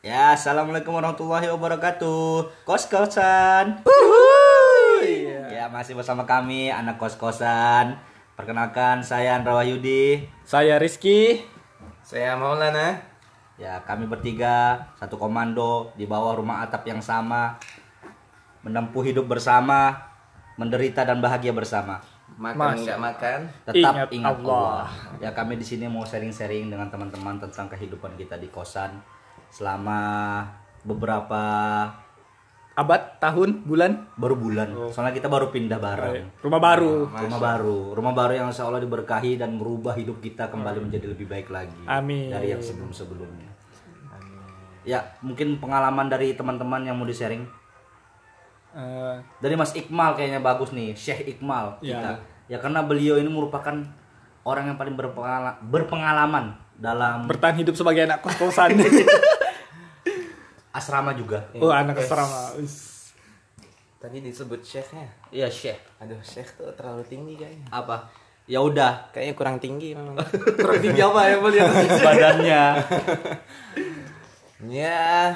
Ya, assalamualaikum warahmatullahi wabarakatuh. Kos-kosan. Ya, masih bersama kami anak kos-kosan. Perkenalkan, saya Andra Wahyudi. Saya Rizky. Saya Maulana. Ya, kami bertiga satu komando di bawah rumah atap yang sama, menempuh hidup bersama, menderita dan bahagia bersama. Makan nggak makan, Tetap Ingat ingat Allah. Allah. Ya, kami di sini mau sharing-sharing dengan teman-teman tentang kehidupan kita di kosan selama beberapa Abad, tahun, bulan. baru bulan. Soalnya kita baru pindah bareng. Rumah baru. Rumah baru yang insya Allah diberkahi dan merubah hidup kita kembali menjadi lebih baik lagi. Amin. Dari yang sebelum-sebelumnya. Ya, mungkin pengalaman dari teman-teman yang mau di-sharing. Dari Mas Iqmal kayaknya bagus nih, Syekh Iqmal kita. Ya karena beliau ini merupakan orang yang paling berpengalaman dalam Bertahan hidup sebagai anak kos-kosan. asrama juga. Oh, anak asrama. tadi disebut chefnya. Iya, Syekh. Aduh, chef tuh terlalu tinggi kayaknya. Apa? Ya udah, Kayaknya kurang tinggi memang. Kurang tinggi apa ya melihat? badannya. Ya.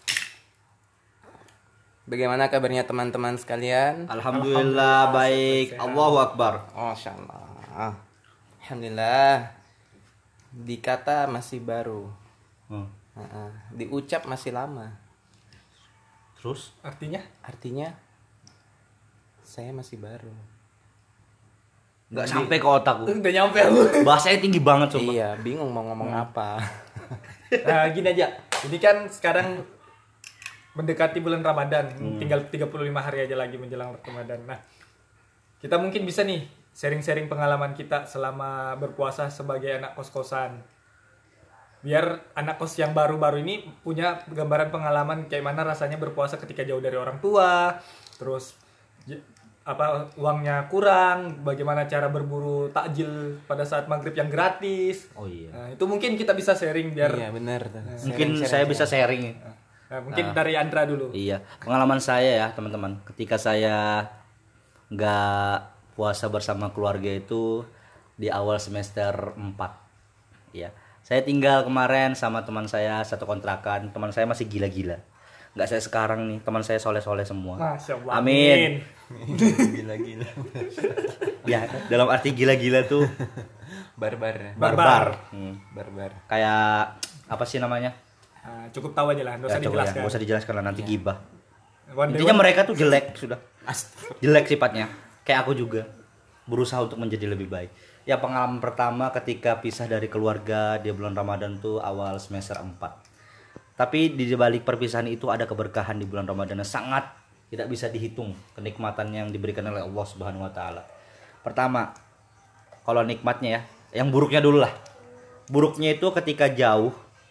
Bagaimana kabarnya teman-teman sekalian? Alhamdulillah baik. Allahu Akbar. Oh, Masya Allah. Alhamdulillah. Dikata masih baru. Diucap masih lama. Terus Artinya saya masih baru. nggak sampai ke otakku. Udah nyampe aku. Bahasanya tinggi banget coba. Iya, bingung mau ngomong apa. Nah, gini aja. Ini kan sekarang mendekati bulan Ramadan. Tinggal 35 hari aja lagi menjelang Ramadan. Nah, kita mungkin bisa nih sharing-sharing pengalaman kita selama berpuasa sebagai anak kos-kosan. Biar anak kos yang baru-baru ini punya gambaran pengalaman kayak mana rasanya berpuasa ketika jauh dari orang tua, terus uangnya kurang, bagaimana cara berburu takjil pada saat maghrib yang gratis. Oh iya. Nah, itu mungkin kita bisa sharing biar Iya, benar. Mungkin saya bisa sharing. mungkin dari Andra dulu. Iya, pengalaman saya ya teman-teman. Ketika saya nggak puasa bersama keluarga itu di awal semester 4. Ya, saya tinggal kemarin sama teman saya satu kontrakan. Teman saya masih gila-gila. Nggak saya sekarang nih, teman saya soleh-soleh semua. Masya Allah. Amin. Gila-gila. Ya, dalam arti gila-gila tuh Barbar. barbar. Barbar. Kayak apa sih namanya? Nah, cukup tahu aja lah, nggak usah Ya, coba ya, dijelaskan. nggak usah dijelaskan lah nanti gibah. One day Intinya one- mereka tuh jelek sudah. Jelek sifatnya. Kayak aku juga. Berusaha untuk menjadi lebih baik. Ya pengalaman pertama ketika pisah dari keluarga di bulan Ramadan tuh awal semester 4. Tapi di balik perpisahan itu ada keberkahan di bulan Ramadan yang sangat tidak bisa dihitung kenikmatan yang diberikan oleh Allah Subhanahu wa taala. Pertama, kalau nikmatnya ya, yang buruknya dulu lah. Buruknya itu ketika jauh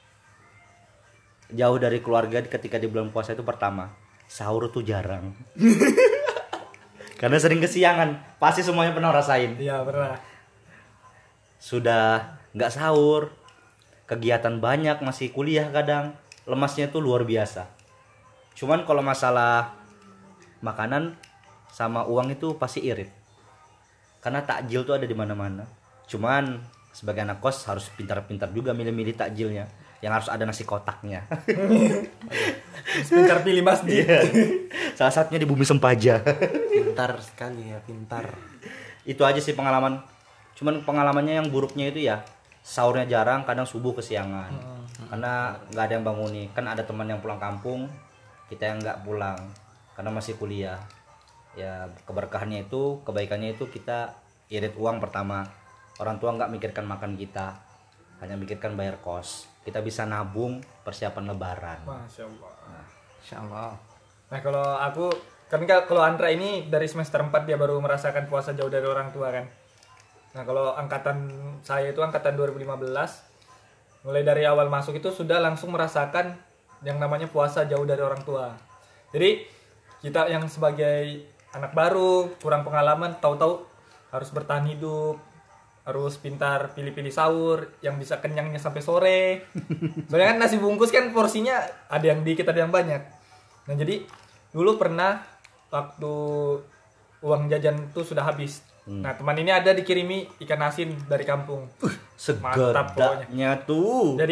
dari keluarga ketika di bulan puasa itu pertama, sahur tuh jarang. Karena sering kesiangan, pasti semuanya pernah rasain. Iya, pernah. Sudah nggak sahur, kegiatan banyak, masih kuliah kadang, lemasnya tuh luar biasa. Cuman kalau masalah makanan sama uang itu pasti irit. Karena takjil tuh ada di mana-mana. Cuman sebagai anak kos harus pintar-pintar juga milih-milih takjilnya. Yang harus ada nasi kotaknya. Pintar pilih masjid. Iya. Salah satunya di Bumi Sempaja. Pintar sekali ya, pintar. Itu aja sih pengalaman. Cuman pengalamannya yang buruknya itu ya sahurnya jarang, kadang subuh kesiangan. Karena nggak ada yang bangunin. Kan ada teman yang pulang kampung, kita yang nggak pulang karena masih kuliah. Ya keberkahannya itu, kebaikannya itu kita irit uang pertama. Orang tua nggak mikirkan makan kita, hanya mikirkan bayar kos. Kita bisa nabung persiapan lebaran. Masya Allah. Insya Allah. Nah, kalau aku kan kalau Andra ini dari semester 4 dia baru merasakan puasa jauh dari orang tua kan. Nah, kalau angkatan saya itu angkatan 2015, mulai dari awal masuk itu sudah langsung merasakan yang namanya puasa jauh dari orang tua. Jadi kita yang sebagai anak baru, kurang pengalaman, tahu-tahu harus bertahan hidup, harus pintar pilih-pilih sahur yang bisa kenyangnya sampai sore. Soalnya kan nasi bungkus kan porsinya ada yang dikit ada yang banyak. Nah, jadi dulu pernah waktu uang jajan tuh sudah habis. Nah, teman ini ada dikirimi ikan asin dari kampung. Mantap pokoknya. Segadanya tuh. Jadi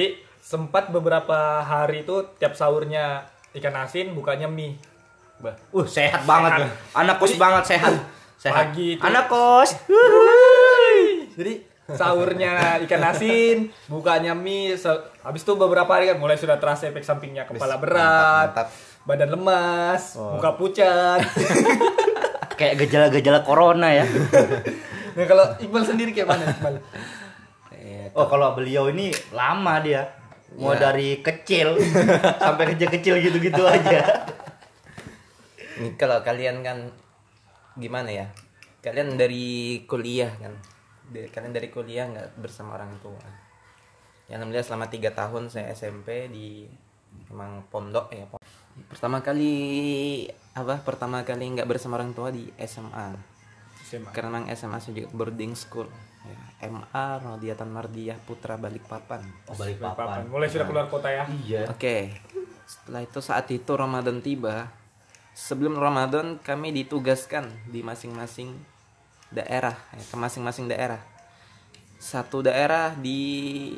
sempat beberapa hari itu tiap sahurnya ikan asin, bukanya mie. Sehat banget ya. Anak kos banget sehat. Sehat. Pagi itu. Anak kos. Jadi sahurnya ikan asin, bukanya mie. Habis itu beberapa hari kan mulai sudah terasa efek sampingnya, kepala berat, mantap. badan lemas, muka pucat. Kayak gejala-gejala corona ya. Nah kalau Iqbal sendiri kayak mana Iqbal? Oh, kalau beliau ini lama dia. Mau Ya. dari kecil sampai kecil-kecil gitu-gitu aja. Ini kalau kalian kan gimana ya? Kalian dari kuliah kan? Kalian dari kuliah nggak bersama orang tua. Ya alhamdulillah selama 3 tahun saya SMP di emang pondok ya. Pertama kali nggak bersama orang tua di SMA. Karena memang SMA saya juga boarding school. Ya, MA Rodiatan Mardiyah Putra Balikpapan. Oh, Balikpapan. Mulai sudah keluar kota ya. Iya. Oke. Setelah itu saat itu Ramadan tiba. Sebelum Ramadan kami ditugaskan di masing-masing daerah, ya, ke masing-masing daerah. Satu daerah di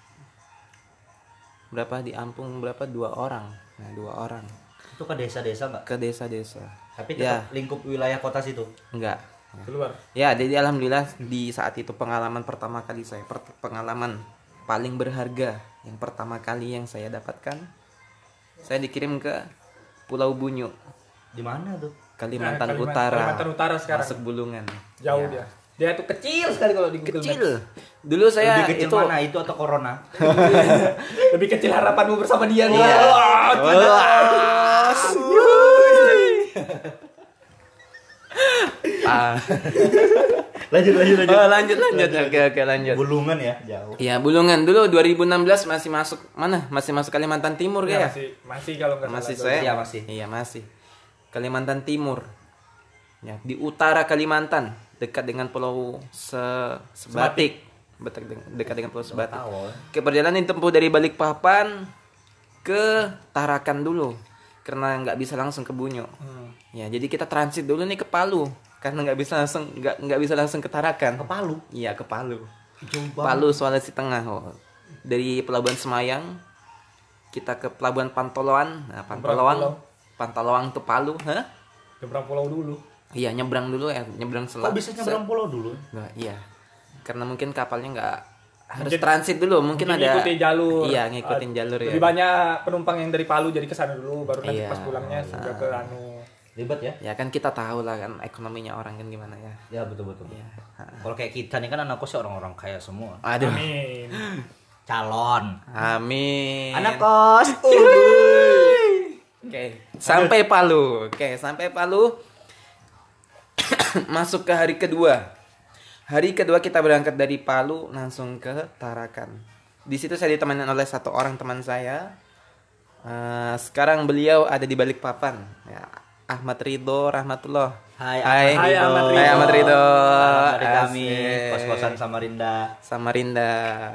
Ampung 2 orang. Nah, 2 orang Itu ke desa-desa nggak? ke desa-desa. Tapi Ya. tetap lingkup wilayah kota situ. Enggak. Keluar. Ya, jadi alhamdulillah di saat itu pengalaman pertama kali saya, pengalaman paling berharga yang pertama kali yang saya dapatkan, saya dikirim ke Pulau Bunyu, Di mana tuh? Kalimantan Nah, Utara. Kalimantan Utara sekarang. Masuk Bulungan. Jauh Ya. dia. Dia tuh kecil sekali kalau di Google Kecil. Maps. Dulu saya Lebih kecil itu mana itu atau corona? Lebih kecil harapanmu bersama dia nih. Iya. Wah, Ah. lanjut. Oh, lanjut. Oke, lanjut. Bulungan ya, jauh. Ya, Bulungan dulu 2016 masih masuk mana? Masih masuk Kalimantan Timur Ya, ya? masih kalau nggak Masih salah. saya. Iya, masih. Iya, masih. Kalimantan Timur. Ya, di utara Kalimantan, dekat dengan Pulau Sebatik. Dekat dengan Pulau Sebatik. Tahu. Ke perjalanan ditempuh dari Balikpapan ke Tarakan dulu. Karena nggak bisa langsung ke Bunyu. Ya, jadi kita transit dulu nih ke Palu. Karena nggak bisa langsung ke Tarakan. Ke Palu. Iya, ke Palu. Jauh banget. Palu Sulawesi Tengah. Oh. Dari Pelabuhan Semayang kita ke Pelabuhan Pantoloan. Nah, Pantoloang ke Palu, hah? Nyebrang pulau dulu. Iya, nyebrang dulu ya, nyebrang Kok bisa nyebrang pulau dulu? Nggak, iya. Karena mungkin kapalnya nggak harus Mungkin- transit dulu, mungkin ada ngikutin jalur. Iya, ngikutin jalur ya. Lebih banyak penumpang yang dari Palu jadi ke sana dulu, baru nanti Iya. pas pulangnya sudah ke anu. Ribet ya? Ya kan kita tahu lah kan ekonominya orang kan gimana ya. Ya betul. Iya. Kalau kayak kita nih kan anak kos ya orang-orang kaya semua. Aduh. Amin. Calon. Amin. Anak kos. Oke, sampai Palu. Masuk ke hari kedua. Hari kedua kita berangkat dari Palu langsung ke Tarakan. Di situ saya ditemani oleh 1 orang teman saya. Sekarang beliau ada di Balikpapan. Ya, Ahmad Ridho Rahmatullah. Hai Hai, Ahmad Ridho. Hai Ahmad Ridho. Dari kami Asik. kos-kosan Samarinda. Samarinda.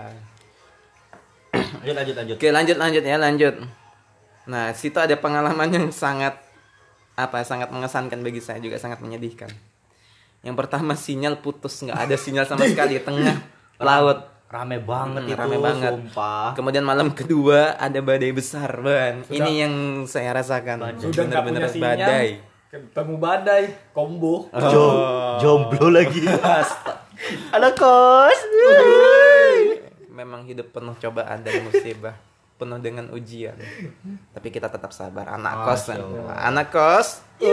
Lanjut. Oke, lanjut. Nah, situ ada pengalaman yang sangat mengesankan bagi saya, juga sangat menyedihkan. Yang pertama, sinyal putus, nggak ada sinyal sama sekali tengah laut. Rame banget itu, Rame banget. sumpah. Kemudian malam kedua ada badai besar, Ban. Ini yang saya rasakan. Sudah nggak punya Bener-bener sinyal. badai. Ketemu badai, combo. Jomblo lagi. Anak kos. Memang hidup penuh cobaan dan musibah, penuh dengan ujian. Tapi kita tetap sabar. Anak kos, Masya Allah. anak kos.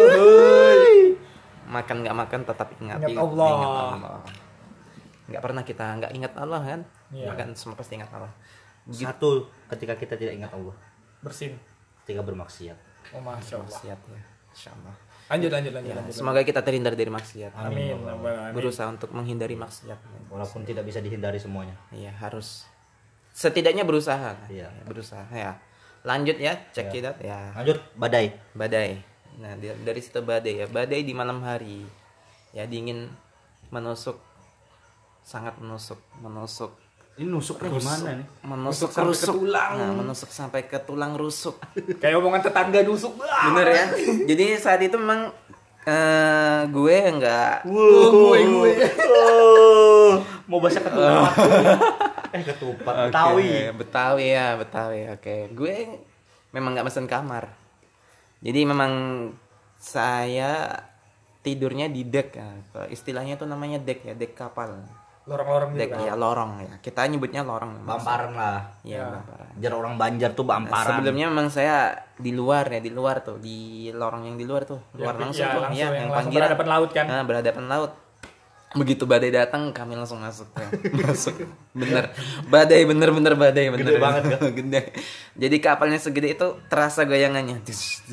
Makan nggak makan tetap ingat Ingat Allah. Nggak pernah kita nggak ingat Allah kan? Iya. Makan semua pasti ingat Allah. Satu, ketika kita tidak ingat Allah, Bersin. ketika bermaksiat. Oh, Masya Allah. Maksiat ya, insyaallah. Lanjut. Ya, semoga kita terhindar dari maksiat. Amin. Berusaha untuk menghindari maksiat. Walaupun tidak bisa dihindari semuanya. Iya, harus setidaknya berusaha. Iya. Berusaha ya. Lanjut ya, cek it out ya. Lanjut, badai. Badai. Nah, dari situ badai ya. Badai di malam hari. Ya, dingin menusuk, sangat menusuk. Ini nusuknya gimana nih? Menusuk sampai ke rusuk. tulang. Nah, menusuk sampai ke tulang rusuk. Kayak omongan tetangga nusuk. Bener ya. Jadi saat itu memang gue enggak Gue. Oh, mau bahasa ketulang. Ketupat Oke, Betawi. Oke. Gue memang nggak mesen kamar. Jadi memang saya tidurnya di deck ya. Istilahnya tuh namanya deck ya, deck kapal. Lorong-lorong gitu Deck kan. ya, lorong ya. Kita nyebutnya lorong. Bamparan lah. Iya, Ya. bamparan. Jar orang Banjar tuh bamparan. Sebelumnya memang saya di luar tuh, di lorong yang di luar tuh, luar langsung tuh, langsung ya, yang langsung panggilan. berhadapan laut kan. Nah, berhadapan laut. Begitu badai datang, kami langsung masuk ya. Masuk. Bener. Badai bener badai bener. Gede banget, kan? Gede. Jadi kapalnya segede itu terasa goyangannya.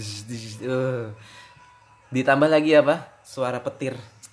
Ditambah lagi apa? Suara petir.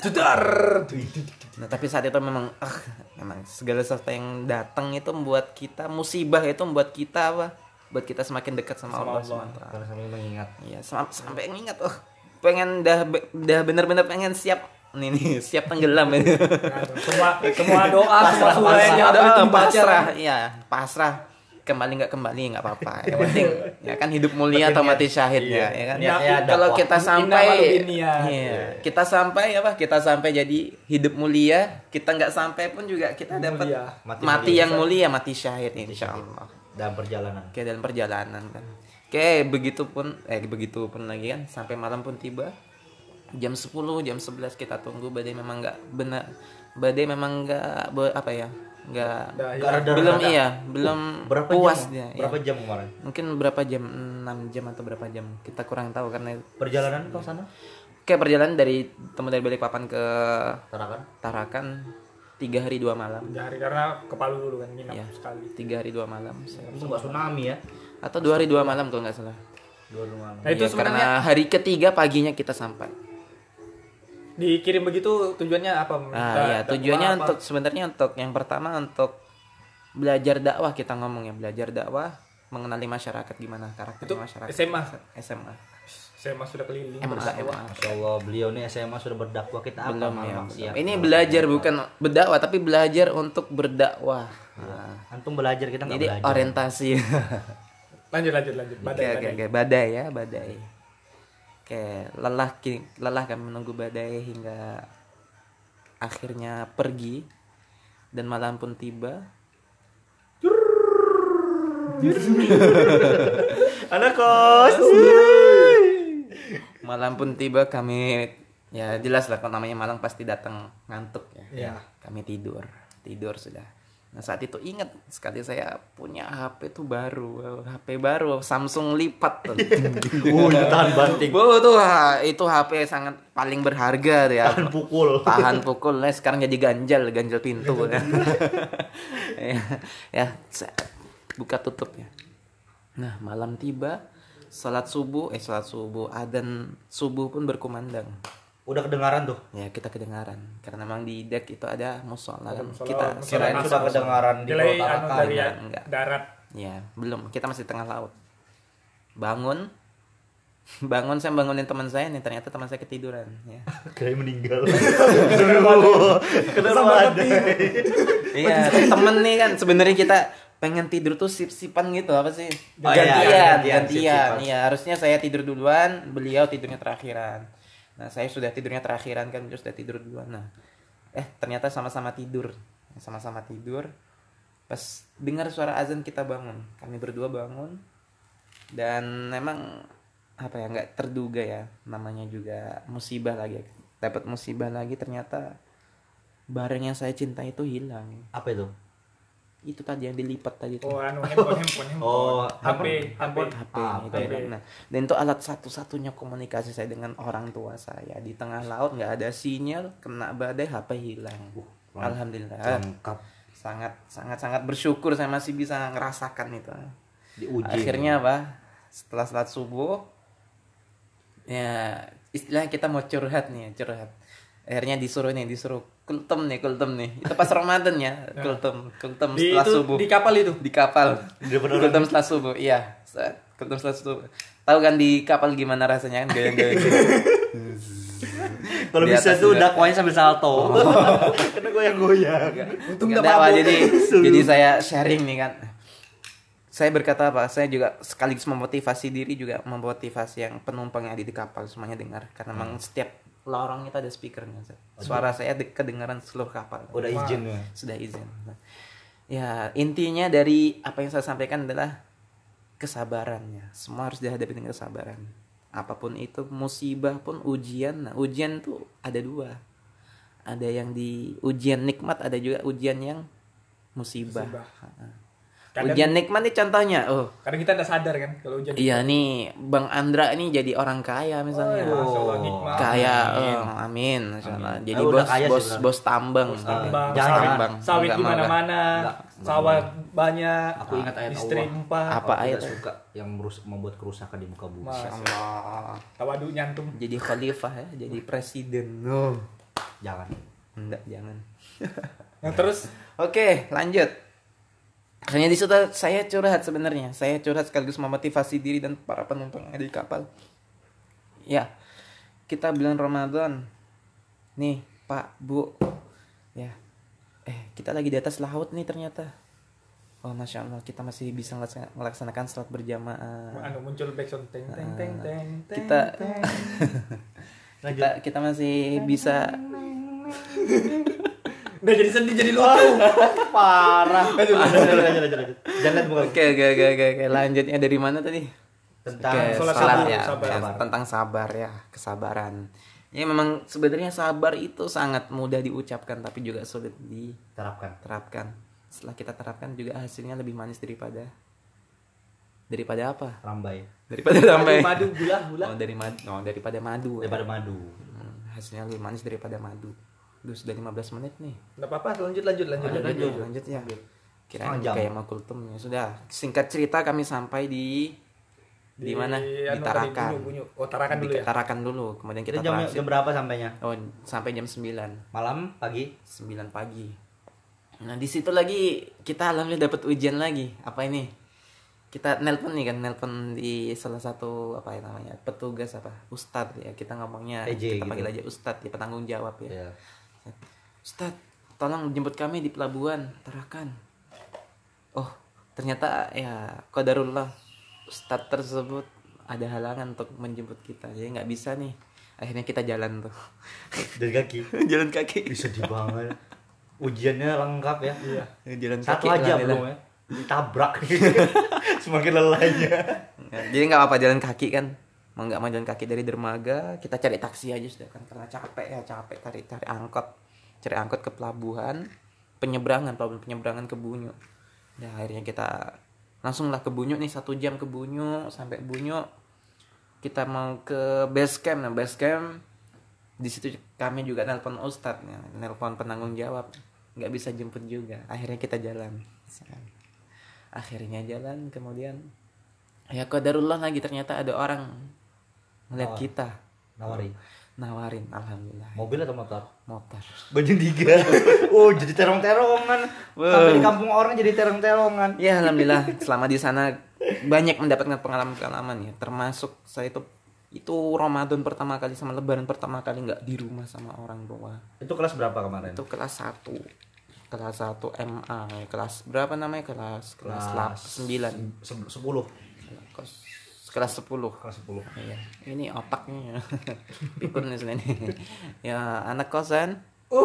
Nah, tapi saat itu memang segala sesuatu yang datang itu membuat kita musibah, itu membuat kita apa? Buat kita semakin dekat sama Allah SWT. Karena sambil mengingat. Iya, sampai ngingat pengen dah bener-bener pengen siap nih siap tenggelam ini. Semua doa, semua surah yang diambil itu dibaca. Pasrah, iya, pasrah. Kembali nggak apa-apa. Yang penting ya kan hidup mulia atau mati syahid ya kan. Niatnya Kalau dakwah. kita sampai Innamal binniyat. iya, kita sampai apa? Kita sampai jadi hidup mulia, kita nggak sampai pun juga kita dapat Mulia. mati yang mulia, mati syahid insyaallah. Dalam perjalanan. Oke, dalam perjalanan kan. Oke, begitupun lagi kan sampai malam pun tiba. Jam 10, jam 11 kita tunggu, badai memang enggak apa ya? Enggak belum Berapa puas jam? dia. Berapa Ya. jam kemarin? Mungkin berapa jam? 6 jam atau berapa jam? Kita kurang tahu karena Perjalanan ke sana? kayak perjalanan dari Balikpapan ke Tarakan? Tarakan 3 hari 2 malam. 3 hari karena ke Palu dulu kan nginap Iya. sekali. 3 hari 2 malam. Itu nggak tsunami ya? Atau 2 hari 2 malam kalau nggak salah. 2 malam. Nah, itu Iya, sebenarnya karena hari ketiga paginya kita sampai. dikirim begitu tujuannya apa? Iya, tujuannya apa? untuk sebenarnya untuk yang pertama untuk belajar dakwah, kita ngomong ya, belajar dakwah, mengenali masyarakat gimana karakter Itu masyarakat. SMA. SMA. Saya mah sudah keliling. MA. Masya Allah, beliau nih SMA sudah berdakwah, kita apa? Belum malah ya. maksiat? Ini belajar bukan berdakwah tapi belajar untuk berdakwah. Nah, Antum belajar, kita nggak jadi belajar. orientasi. Lanjut. Badai. Oke, badai ya, badai. Oke, lelah kami menunggu badai hingga akhirnya pergi dan malam pun tiba. Anak kos. Malam pun tiba, kami ya jelas lah kalau namanya malam pasti datang ngantuk ya. Iya. Kami tidur sudah. Nah, saat itu ingat sekali saya punya HP tuh baru, HP baru Samsung lipat tuh. Itu tahan banting. Wow, tuh itu HP sangat paling berharga tuh ya. Tahan pukul. Tahan pukul. Nah, sekarang jadi ganjal pintu ya. Ya, buka tutup ya. Nah, malam tiba, salat subuh, adzan subuh pun berkumandang. Udah kedengaran tuh. Ya, kita kedengaran karena memang di deck itu ada musola. Ada musola, Kita musola Kirain asal. sudah kedengaran di Delay Pulau anu Tarakan. dari Enggak. darat. ya, belum. Kita masih tengah laut. Bangun saya bangunin teman saya nih, ternyata teman saya ketiduran ya. Kirain meninggal. Sama Iya, temen nih kan sebenarnya kita pengen tidur tuh sip-sipan gitu, apa sih? Oh, iya, Gantian. sip-sipan. Iya, harusnya saya tidur duluan, beliau tidurnya terakhiran. Nah, saya sudah tidurnya terakhiran kan, beliau sudah tidur duluan. Nah, ternyata sama-sama tidur. Pas dengar suara azan kita bangun. Kami berdua bangun. Dan memang apa ya, nggak terduga ya, namanya juga musibah lagi. Dapat musibah lagi, ternyata barang yang saya cintai itu hilang. Apa itu? Itu tadi yang dilipat tadi tuh. Oh, handphone. Oh, HP. HP itu ya. Nah, dan itu alat satu-satunya komunikasi saya dengan orang tua saya. Di tengah laut nggak ada sinyal, kena badai, HP hilang. Alhamdulillah. lengkap. Sangat bersyukur saya masih bisa ngerasakan itu. Diuji. Akhirnya apa? Setelah salat subuh, ya istilahnya kita mau curhat. Akhirnya disuruh kultum nih. Itu pas Ramadan ya, kultum setelah subuh. Di kapal itu. Di kapal. Kultum setelah subuh, iya. Kultum setelah subuh. Tahu kan di kapal gimana rasanya kan, goyang-goyang gitu. Kalau Di bisa atas tuh juga. dakwahnya sambil salto. Karena goyang-goyang. Untung Nggak nggak apa, mabuk. jadi saya sharing nih kan. Saya berkata apa? Saya juga sekaligus memotivasi diri, juga memotivasi yang penumpang yang ada di kapal semuanya dengar, karena memang setiap lorong itu ada speakernya. Suara saya kedengaran seluruh kapal. Udah izin ya. Sudah izin. Nah, Ya, intinya dari apa yang saya sampaikan adalah kesabarannya. Semua harus dihadapi dengan kesabaran. Apapun itu, musibah pun ujian. Nah, ujian tuh ada dua. Ada yang di ujian nikmat, ada juga ujian yang musibah. Musibah. Heeh. Ujian nikmat nih contohnya. Oh, Kadang kita nggak sadar kan kalau hujan. iya nih Bang Andra ini jadi orang kaya misalnya. Masya Allah, nikmat. Kaya, Amin. amin. Masyaallah. Jadi Udah bos kaya sih, bos beneran. bos tambang. Tambang, Jangan, sawit, Bang. sawit Enggak di mau, mana-mana, enggak. sawah banyak, Aku ingat ayat istri Allah. 4, Apa Aku ayat? tidak suka yang membuat kerusakan di muka bumi. Masya Allah. tawadu nyantum. Jadi khalifah ya, jadi presiden. No. Jangan. Enggak, jangan. Nah, terus Oke, lanjut. Hanya di situ saya curhat sebenarnya. Saya curhat sekaligus memotivasi diri dan para penumpang yang ada di kapal. Ya, kita bulan Ramadan. Nih, Pak, Bu. Ya. Kita lagi di atas laut nih ternyata. Oh, Masya Allah, kita masih bisa melaksanakan salat berjamaah. anu muncul backsound teng teng teng teng teng, Kita teng. kita masih bisa. Udah jadi sedih jadi lucu. Parah. Lanjut. Jangan bukan. Oke. Lanjutnya dari mana tadi? Tentang Oke, sholat salat subuh, ya. sabar. Ya, tentang sabar ya, kesabaran. Ya memang sebenarnya sabar itu sangat mudah diucapkan tapi juga sulit diterapkan. Setelah kita terapkan juga hasilnya lebih manis daripada apa? Rambai. Daripada ramai. Madu gula. Oh, daripada madu. Daripada madu. Hasilnya lebih manis daripada madu. Duh, sudah 15 menit nih. Enggak apa-apa, lanjut. Ya. Kirain Setengah jam. kayak mau kultum ya. Sudah, singkat cerita kami sampai di mana? Di anu Tarakan. tadi, bunyu. Oh, Tarakan dulu Di ya. Tarakan dulu, kemudian Kita kita jam transit. berapa sampainya? Oh, sampai jam 9. Malam, pagi. 9 pagi. Nah, di situ lagi kita alhamdulillah dapat ujian lagi. Apa ini? Kita nelpon di salah satu apa ya namanya? Petugas apa? Ustadz ya. Kita ngomongnya PJ kita gitu. panggil aja Ustadz ya, penanggung jawab ya. Iya. Ustadz, tolong jemput kami di pelabuhan Tarakan. Oh, ternyata ya qadarullah Ustadz tersebut ada halangan untuk menjemput kita. Jadi nggak bisa nih. Akhirnya kita jalan tuh. Dari kaki. Jalan kaki. Bisa dibangun. Ujiannya lengkap ya. Iya. Jalan Satu kaki, aja alhamdulillah. belum ya. Ditabrak. Semakin lelahnya. Ya, jadi nggak apa-apa jalan kaki kan. Mau nggak mau jalan kaki dari dermaga, kita cari taksi aja sudah kan karena capek cari angkot ke pelabuhan penyeberangan ke Bunyu. Ya akhirnya kita langsung lah ke Bunyu nih, 1 jam ke Bunyu. Sampai Bunyu kita mau ke base camp. Nah, base camp di situ kami juga nelpon Ustadz ya, nelpon penanggung jawab, nggak bisa jemput juga. Akhirnya kita jalan. Kemudian ya qadarullah lagi ternyata ada orang ngeliat kita nawarin, alhamdulillah. Mobil atau motor? Motor. Bajing 3. Oh, jadi terong-terongan. Sampai di kampung orang jadi terong-terongan. Ya alhamdulillah selama di sana banyak mendapatkan pengalaman ya, termasuk saya itu Ramadan pertama kali sama Lebaran pertama kali nggak di rumah sama orang tua. Itu kelas berapa kemarin? Itu kelas 1 MA ya. Kelas berapa namanya? Kelas 9. 10. Kelas 10. Kelas 10. Iya, ini otaknya. Pikun nih ini. Ya, anak kosan.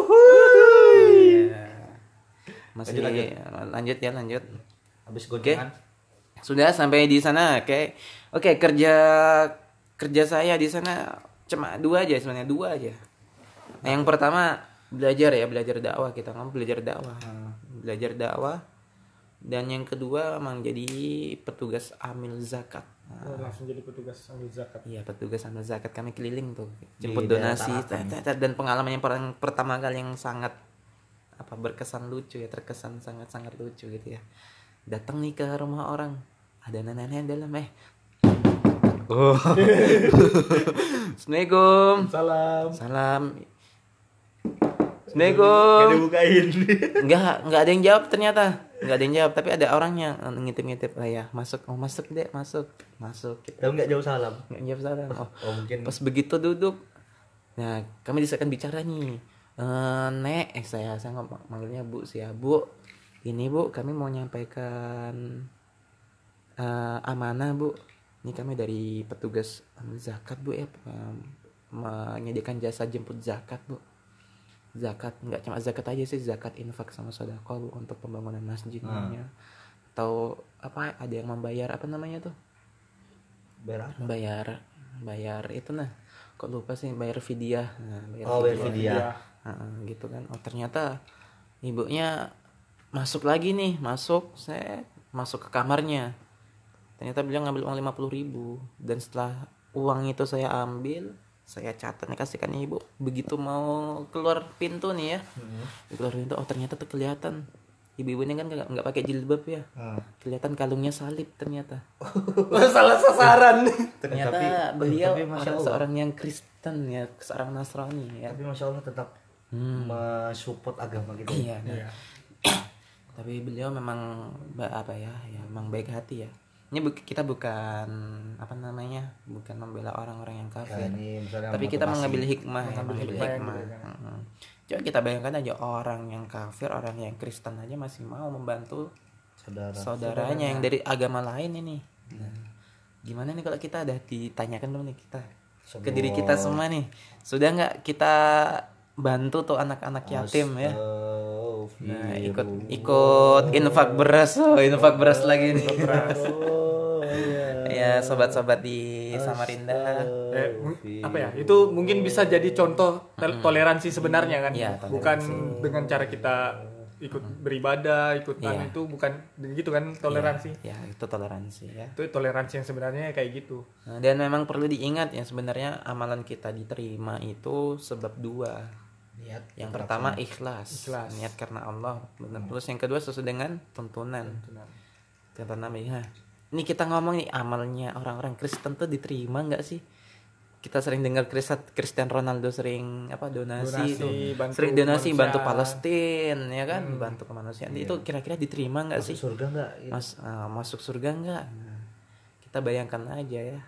Iya. Masih lanjut. Habis goncengan. Sudah sampai di sana. Oke, kerja saya di sana cuma 2 aja sebenarnya, 2 aja. Nah, yang pertama belajar dakwah, kita ngomong belajar dakwah. Dan yang kedua memang jadi petugas amil zakat. Langsung jadi petugas ambil zakat. Iya, petugas amil zakat, kami keliling tuh jemput Di donasi daerah dan pengalaman yang pertama kali yang sangat berkesan lucu ya, terkesan sangat lucu gitu ya. Datang nih ke rumah orang, ada nenek dalam oh. Assalamualaikum. Salam. Assalamualaikum. Gak dibukain. Enggak ada yang jawab ternyata. Enggak ada yang jawab, tapi ada orangnya ngintip-ngintip. Ya, masuk. Oh, masuk, Dek, masuk. Tahu nggak jauh salam. Enggak jawab salam. Oh, mungkin. Pas begitu duduk. Nah, kami disekan bicara nih. Nek, saya manggilnya Bu sih ya. Bu, ini Bu, kami mau nyampaikan amanah, Bu. Ini kami dari petugas zakat, Bu ya. Menyediakan jasa jemput zakat, Bu. zakat, nggak cuma zakat aja sih, zakat, infak sama sedekah Bu, untuk pembangunan masjid namanya. Atau apa, ada yang membayar apa namanya tuh, Berapa? bayar itu nah, kok lupa sih, bayar fidyah. Nah, Bayar fidyah. Gitu kan. Oh ternyata ibunya masuk lagi nih, saya masuk ke kamarnya, ternyata beliau ngambil uang 50.000. Dan setelah uang itu saya ambil, saya catat nih, kasihkan ibu. Begitu mau keluar pintu nih ya, keluar pintu, oh ternyata tuh kelihatan ibu-ibu ini kan nggak pakai jilbab ya, kelihatan kalungnya salib ternyata. Salah sasaran. Ternyata beliau tapi Masya Allah. seorang yang Kristen ya, seorang Nasrani ya. Tapi Masya Allah tetap mensupport agama kita. Iya. Tapi beliau memang apa ya, memang baik hati ya. Ini kita bukan apa namanya, bukan membela orang-orang yang kafir. Ini misalnya Tapi kita mengambil hikmah, Mengambil hikmah yang gitu, Coba kita bayangkan aja, orang yang kafir, orang yang Kristen aja masih mau membantu saudaranya yang dari agama lain ini. Nah, gimana nih kalau kita ada ditanyakan belum nih kita ke diri kita semua nih, sudah nggak kita bantu tuh anak-anak yatim ya? Nah, ikut infak beras, infak beras lagi nih. Ya sobat-sobat di Samarinda. Apa ya? Itu mungkin bisa jadi contoh toleransi sebenarnya kan. Iya, bukan dengan cara kita ikut beribadah, itu bukan gitu kan toleransi. Ya, itu toleransi ya. Itu toleransi yang sebenarnya kayak gitu. Nah, dan memang perlu diingat ya, sebenarnya amalan kita diterima itu sebab dua. Yang pertama ikhlas, niat karena Allah, benar. Terus yang kedua sesuai dengan tuntunan. Kata Nabi, ini kita ngomong nih, amalnya orang-orang Kristen tuh diterima nggak sih? Kita sering dengar Cristiano Ronaldo sering donasi sering donasi bantu Palestina ya kan, bantu kemanusiaan. Itu kira-kira diterima nggak sih? Surga nggak? Masuk surga nggak? Kita bayangkan aja ya,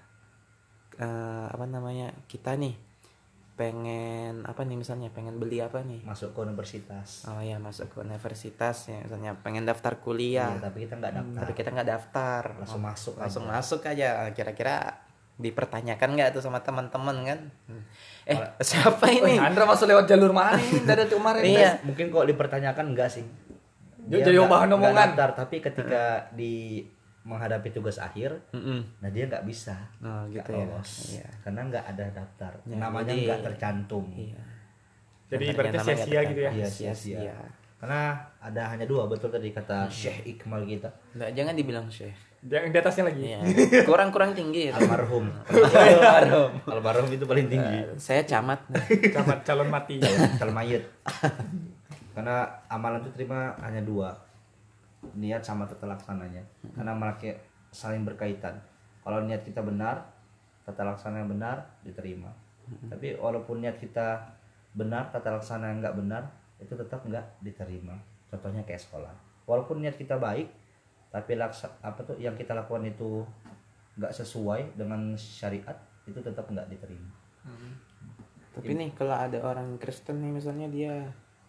kita nih pengen misalnya pengen beli apa nih, Masuk ke universitas. Masuk ke universitas ya, misalnya pengen daftar kuliah. Tapi kita nggak daftar. Langsung masuk aja. Kira-kira dipertanyakan nggak tuh sama teman-teman kan? Siapa ini? Andra masuk lewat jalur mana ini dari kemarin? Iya. Mungkin kok dipertanyakan enggak sih. Jadi bahan omongan. Tapi ketika menghadapi tugas akhir, nah dia nggak bisa, gitu nggak lolos, ya. Karena nggak ada daftar, Ya, namanya jadi- nggak tercantum. Iya. Jadi Dan berarti ternyata sia-sia nggak gitu ya. Iya, sia-sia. sia-sia. Karena ada hanya dua, betul tadi kata Syekh Ikmal kita, Nggak, jangan dibilang Syekh. Yang di atasnya lagi. Iya. Kurang tinggi. almarhum. Almarhum itu paling tinggi. Saya camat. Camat calon mati. Kalau mayit. Karena amalan itu terima hanya dua, niat sama tata laksananya. Karena mereka saling berkaitan. Kalau niat kita benar, tata laksana yang benar diterima. Tapi walaupun niat kita benar, tata laksana yang nggak benar itu tetap nggak diterima. Contohnya kayak sekolah. Walaupun niat kita baik, tapi yang kita lakukan itu nggak sesuai dengan syariat, itu tetap nggak diterima. Tapi nih kalau ada orang Kristen nih misalnya dia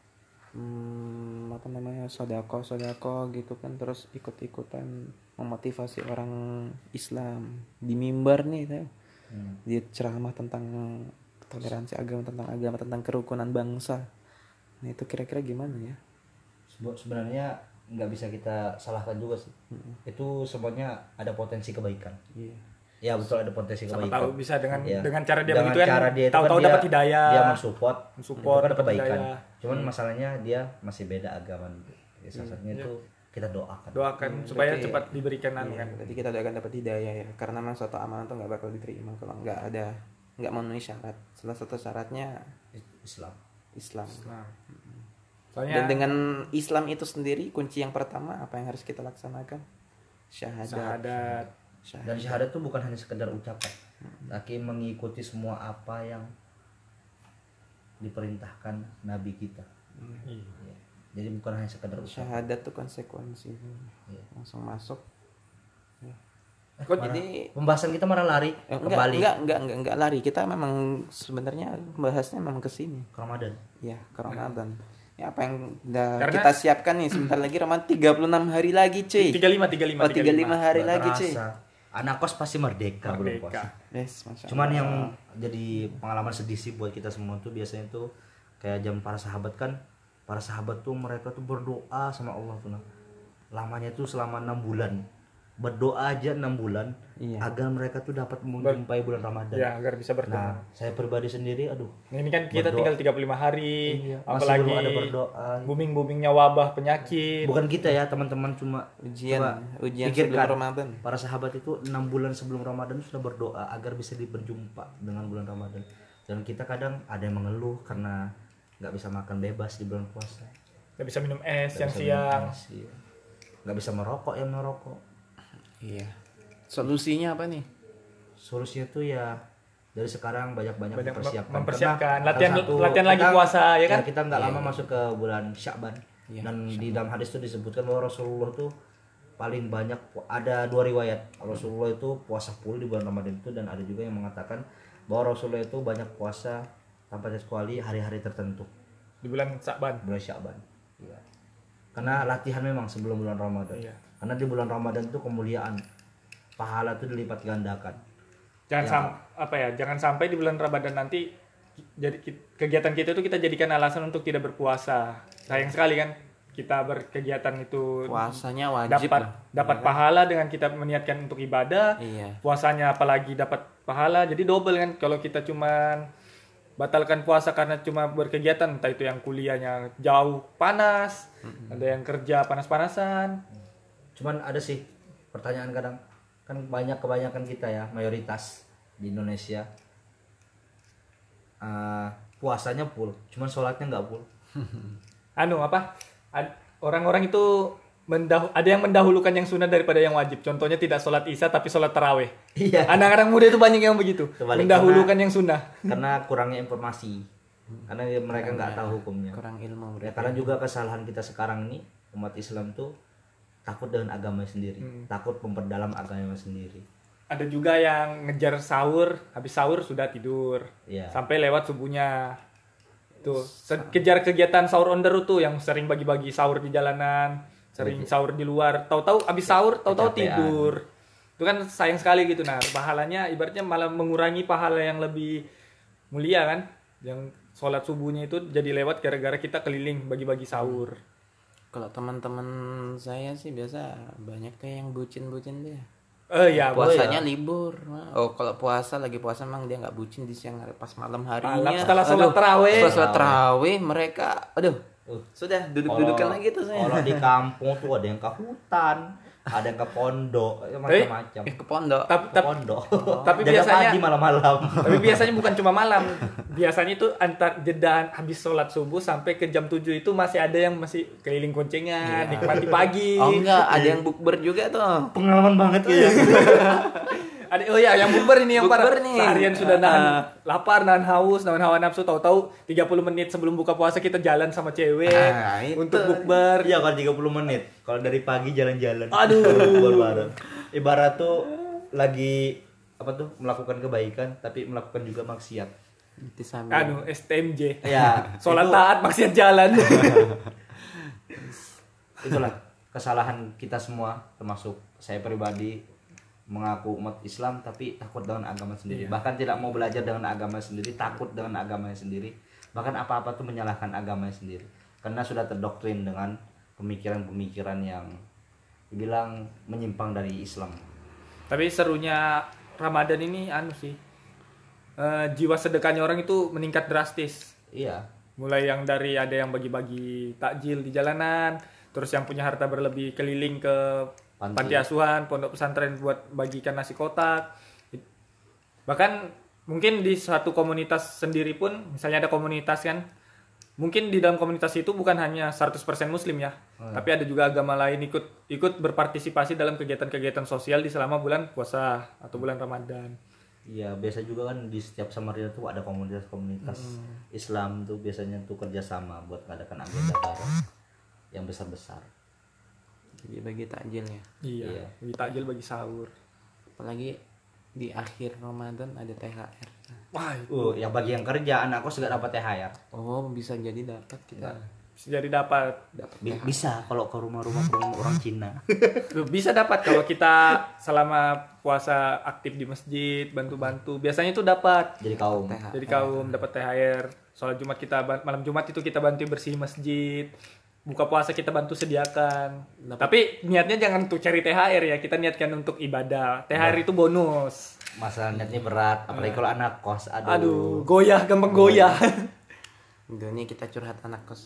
sodako gitu kan, terus ikut-ikutan memotivasi orang Islam di mimbar nih tahu. Dia ceramah tentang toleransi agama, tentang kerukunan bangsa. Nah itu kira-kira gimana ya? Sebenarnya nggak bisa kita salahkan juga sih. Itu semuanya ada potensi kebaikan. Iya. Ya betul, ada potensi Sama kebaikan. tahu bisa dengan Ya. cara dia Dengan begitu cara kan, dia itu tahu-tahu kan dapat hidayah. Dia mensupport itu kan dapat kebaikan. hidayah. Cuman masalahnya dia masih beda agama. Ya, salah satunya itu kita doakan. Doakan supaya berarti- cepat diberikan kan. Berarti kita akan dapat hidayah ya, karena memang suatu amalan tuh nggak bakal diterima kalau nggak memenuhi syarat. Salah satu syaratnya Islam. Nah. Dan Soalnya dengan Islam itu sendiri, kunci yang pertama apa yang harus kita laksanakan? Syahadat. Dan syahadat itu bukan hanya sekedar ucapan, tapi mengikuti semua apa yang diperintahkan Nabi kita. Iya. Ya. Jadi bukan hanya sekedar ucapan. Syahadat tuh konsekuensi. Iya. Langsung masuk. Kok Jadi Pembahasan kita malah lari kembali enggak lari. Kita memang sebenarnya bahasnya memang ke sini. ke Ramadan. Ya, ke Ramadan. Ya apa yang udah Karena- kita siapkan nih, sebentar lagi Ramadan, 36 hari lagi, cuy. 35 Oh, 35 hari Nggak lagi, cuy. terasa. Anak kos pasti merdeka, belum Merdeka. puasa. Yes, Masya Cuman Allah. yang jadi pengalaman sedih sih buat kita semua tuh biasanya tuh kayak jam para sahabat kan, para sahabat tuh mereka tuh berdoa sama Allah tuh, nah. Lamanya tuh selama 6 bulan, berdoa aja 6 bulan agar mereka tuh dapat menjumpai bulan Ramadan. Ya, agar bisa bertemu. Nah, saya pribadi sendiri, aduh, Ini kan kita tinggal 35 hari, masih apalagi belum ada berdoa. booming-boomingnya wabah penyakit. Bukan kita ya teman-teman, cuma Ujian pikirkan, sebelum Ramadan. para sahabat itu 6 bulan sebelum Ramadan sudah berdoa agar bisa berjumpa dengan bulan Ramadan. Dan kita kadang ada yang mengeluh karena nggak bisa makan bebas di bulan puasa, Nggak bisa minum es nggak bisa siang-siang. minum es, iya. Nggak bisa merokok yang merokok. Iya. Solusinya apa nih? Solusinya tuh ya dari sekarang banyak-banyak mempersiapkan. Karena Latihan lagi puasa ya kan? Kita nggak lama masuk ke bulan Sya'ban. Dan di dalam hadis itu disebutkan bahwa Rasulullah tuh paling banyak, ada 2 riwayat. Rasulullah itu puasa full di bulan Ramadan itu, dan ada juga yang mengatakan bahwa Rasulullah itu banyak puasa tanpa kecuali hari-hari tertentu Di bulan Sya'ban. bulan Sya'ban. Iya. Karena latihan memang sebelum bulan Ramadan. Iya. Karena di bulan Ramadan itu kemuliaan, pahala itu dilipat gandakan. Jangan sampai di bulan Ramadan nanti jadi kegiatan kita itu kita jadikan alasan untuk tidak berpuasa. Sayang sekali kan kita berkegiatan itu Puasanya wajib lah. dapat pahala dengan kita meniatkan untuk ibadah. Iya. Puasanya apalagi dapat pahala, jadi double kan kalau kita cuman batalkan puasa karena cuma berkegiatan, entah itu yang kuliahnya jauh panas, ada yang kerja panas-panasan. Cuman ada sih pertanyaan kadang, kan kebanyakan kita ya, mayoritas di Indonesia puasanya full, cuman sholatnya nggak full. Orang-orang itu ada yang mendahulukan yang sunnah daripada yang wajib. Contohnya tidak sholat isya tapi sholat taraweh. Iya. Anak-anak muda itu banyak yang begitu, Kebalik, mendahulukan yang sunnah. Karena kurangnya informasi, karena mereka nggak tahu hukumnya. Kurang ilmu. Ya, karena juga kesalahan kita sekarang ini, umat Islam tuh takut dengan agamanya sendiri, takut memperdalam agamanya sendiri. Ada juga yang ngejar sahur, habis sahur sudah tidur, Iya. sampai lewat subuhnya. Tuh, kejar kegiatan sahur on the road tuh yang sering bagi-bagi sahur di jalanan, sering sahur di luar, tahu-tahu habis sahur, tahu-tahu Kecapean. tidur. Itu kan sayang sekali gitu. Nah, pahalanya ibaratnya malah mengurangi pahala yang lebih mulia kan. Yang sholat subuhnya itu jadi lewat gara-gara kita keliling bagi-bagi sahur. Kalau teman-teman saya sih biasa banyak tuh yang bucin-bucin dia. Ya, Puasanya libur. Oh, kalau lagi puasa emang dia nggak bucin di siang hari, pas malam harinya. malam setelah sholat taraweh. Setelah sholat taraweh mereka, sudah duduk-dudukan lagi tuh saya. Kalau di kampung tuh ada yang ke hutan, ada yang ke pondok, ya macam-macam. Ke pondok. Ke pondok. Tapi Jaga biasanya pagi malam-malam. Tapi biasanya bukan cuma malam. Biasanya itu antar jeda habis sholat subuh sampai ke jam 7 itu masih ada yang masih keliling koncengan, nikmati pagi. Oh enggak, ada yang bukber juga tuh. Pengalaman banget ya. Yang bukber ini yang Bukber parah. nih. Seharian sudah nahan lapar, nahan haus, nahan hawa nafsu, tahu-tahu 30 menit sebelum buka puasa kita jalan sama cewek Itu. untuk bukber. Iya, kalau 30 menit. Kalau dari pagi jalan-jalan. Aduh. Bukber bareng. Ibarat tuh lagi melakukan kebaikan tapi melakukan juga maksiat. Itu sambil. STMJ. Ya, Sholat itu- taat, maksiat jalan. Itulah kesalahan kita semua, termasuk saya pribadi, mengaku umat Islam tapi takut dengan agama sendiri. Bahkan tidak mau belajar dengan agama sendiri, takut dengan agamanya sendiri. Bahkan apa-apa tuh menyalahkan agamanya sendiri. Karena sudah terdoktrin dengan pemikiran-pemikiran yang dibilang menyimpang dari Islam. Tapi serunya Ramadan ini sih. Jiwa sedekahnya orang itu meningkat drastis. Iya. Mulai yang dari ada yang bagi-bagi takjil di jalanan, terus yang punya harta berlebih keliling ke panti asuhan, pondok pesantren buat bagikan nasi kotak. Bahkan mungkin di suatu komunitas sendiri pun, misalnya ada komunitas kan, mungkin di dalam komunitas itu bukan hanya 100% muslim ya, tapi ada juga agama lain ikut berpartisipasi dalam kegiatan-kegiatan sosial di selama bulan puasa atau bulan Ramadan. Iya, biasa juga kan di setiap Samarinda tuh ada komunitas-komunitas Islam tuh biasanya tuh kerjasama buat mengadakan agenda bareng yang besar-besar. Jadi bagi takjilnya. Iya. Bagi takjil, bagi sahur. Apalagi di akhir Ramadan ada THR. Wah, itu Yang bagi yang kerja, anakku sudah dapat THR. Oh, bisa jadi dapat kita. Bisa jadi dapat. Bisa kalau ke rumah-rumah orang Cina. Bisa dapat kalau kita selama puasa aktif di masjid, bantu-bantu. Biasanya itu dapat. Jadi kaum. Jadi kaum dapat THR. Sholat Jumat kita malam Jumat itu kita bantu bersih masjid. Buka puasa kita bantu sediakan. Tapi niatnya jangan untuk cari THR ya. Kita niatkan untuk ibadah. THR itu bonus. Masalah niatnya berat, apalagi kalau anak kos. Aduh, goyah gampang goyah. Ini kita curhat anak kos.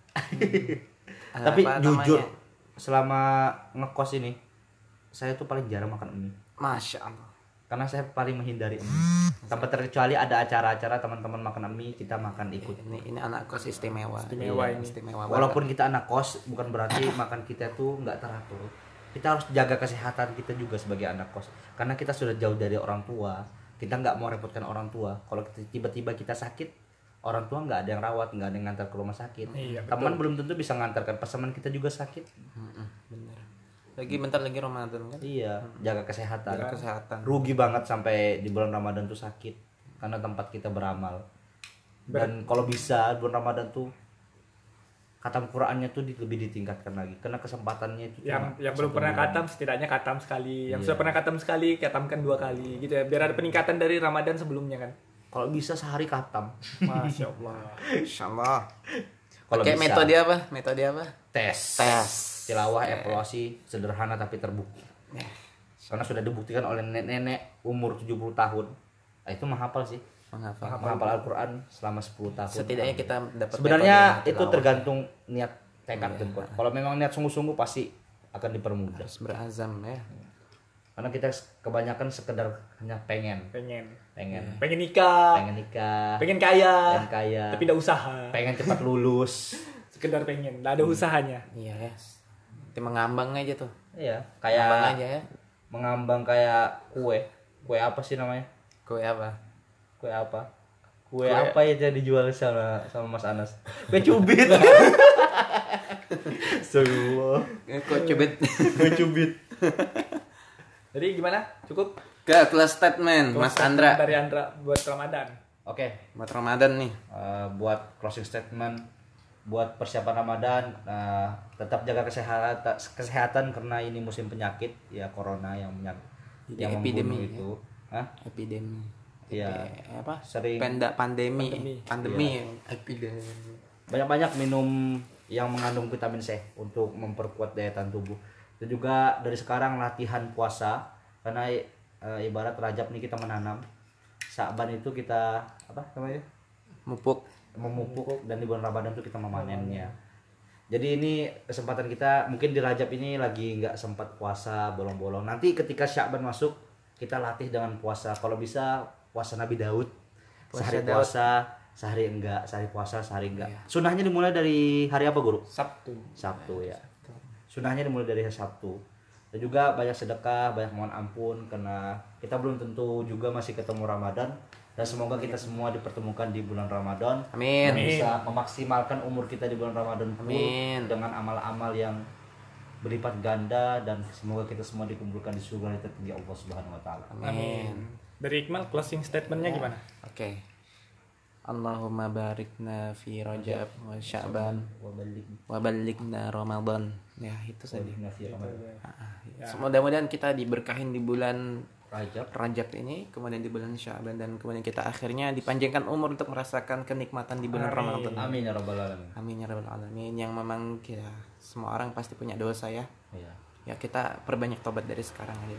Tapi Apa jujur, namanya? selama ngekos ini, saya tuh paling jarang makan mie. Masya Allah. Karena saya paling menghindari mie. Tanpa terkecuali ada acara-acara teman-teman makan mie, kita makan ikut. Ini anak kos istimewa. Istimewa Iya, ini. Istimewa. Walaupun kita anak kos, bukan berarti makan kita tuh nggak teratur. Kita harus jaga kesehatan kita juga sebagai anak kos. Karena kita sudah jauh dari orang tua. Kita nggak mau repotkan orang tua. Kalau tiba-tiba kita sakit, orang tua nggak ada yang rawat, nggak ada yang ngantar ke rumah sakit. Iya, Teman belum tentu bisa ngantarkan. Pas teman kita juga sakit. Bener. Lagi bentar lagi Ramadan kan. Iya, jaga kesehatan. Jaga kesehatan. Rugi banget sampai di bulan Ramadan tuh sakit karena tempat kita beramal. Dan kalau bisa bulan Ramadan tuh khatam Qur'annya tuh lebih ditingkatkan lagi karena kesempatannya itu yang cuma belum satu pernah bulan. khatam setidaknya khatam sekali. Yang Iya. sudah pernah khatam sekali, khatamkan 2 kali gitu ya. Biar ada peningkatan dari Ramadan sebelumnya kan. Kalau bisa sehari khatam. Masya Allah. Masya Allah. Kalau Pakai bisa. metode apa? Metode apa? Tes. Tilawah evaluasi sederhana tapi terbukti. Karena sudah dibuktikan oleh nenek-nenek umur 70 tahun. Nah, itu menghafal sih. Menghafal Al-Qur'an selama 10 tahun. Setidaknya kita dapat Sebenarnya metode itu tilawah. tergantung niat tekad dan kuat. Kalau memang niat sungguh-sungguh pasti akan dipermudah. Harus berazam ya. Karena kita kebanyakan sekedar hanya pengen Pengen nikah, nikah, pengen kaya, pengen kaya, tapi tidak usaha. pengen cepat lulus. Sekedar pengen, tidak ada usahanya. Iya ya. Itu mengambang aja tuh. Iya, Mengambang kayak aja ya. mengambang kayak kue. Kue apa sih namanya? Kue apa? Kue apa? Kue apa ya yang dijual sama Mas Anas? Kue cubit. Astagfirullah. Kok cubit? Kue cubit. Jadi gimana? Cukup? Ke kelas statement Mas Andra. Dari Andra buat Ramadan. Oke, Buat Ramadan nih. buat closing statement buat persiapan Ramadan, tetap jaga kesehatan karena ini musim penyakit ya, corona yang Jadi yang epidemi membunuh ya. itu. Hah? Epidemi. Iya. Apa? Sering Pandemi. Epidemi. banyak-banyak minum yang mengandung vitamin C untuk memperkuat daya tahan tubuh. Dan juga dari sekarang latihan puasa karena ibarat Rajab nih kita menanam. Sa'ban itu kita apa namanya? memupuk dan di bulan Ramadan tuh kita memanennya. Jadi ini kesempatan kita, mungkin di Rajab ini lagi nggak sempat puasa bolong-bolong. Nanti ketika Sya'ban masuk kita latih dengan puasa. Kalau bisa puasa Nabi Daud. Sehari puasa, sehari enggak, sehari puasa, sehari enggak. Sunahnya dimulai dari hari apa, Guru? Sabtu ya. Sunahnya dimulai dari hari Sabtu. Dan juga banyak sedekah, banyak mohon ampun karena kita belum tentu juga masih ketemu Ramadan. Dan semoga kita semua dipertemukan di bulan Ramadan. Amin. Dan bisa memaksimalkan umur kita di bulan Ramadan pun Amin. dengan amal-amal yang berlipat ganda, dan semoga kita semua dikumpulkan di surga yang tertinggi Allah Subhanahu wa taala. Amin. Dari Iqmal closing statementnya gimana? Oke. Allahumma barikna fi Rajab wa Sya'ban wa balighna Ramadan. Ya, itu saja. Mudah-mudahan kita diberkahin di bulan Rajab ini, kemudian di bulan Sya'ban, dan kemudian kita akhirnya dipanjangkan umur untuk merasakan kenikmatan di bulan Ramadan. Amin ya rabbal alamin. Amin ya rabbal alamin. Yang memang kita semua orang pasti punya dosa ya. Iya. Ya kita perbanyak tobat dari sekarang aja.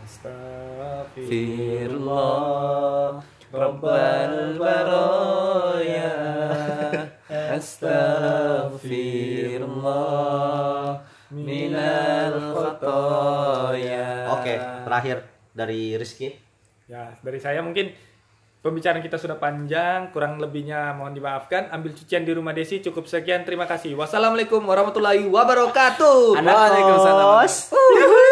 Astagfirullah. Rabbal baraya. Astaghfirullah minal khotoya. Oke, terakhir dari Rizky. Ya, dari saya mungkin pembicaraan kita sudah panjang, kurang lebihnya mohon dimaafkan. Ambil cucian di rumah Desi, cukup sekian, terima kasih. Wassalamualaikum warahmatullahi wabarakatuh. Anak Waalaikumsalam. kos.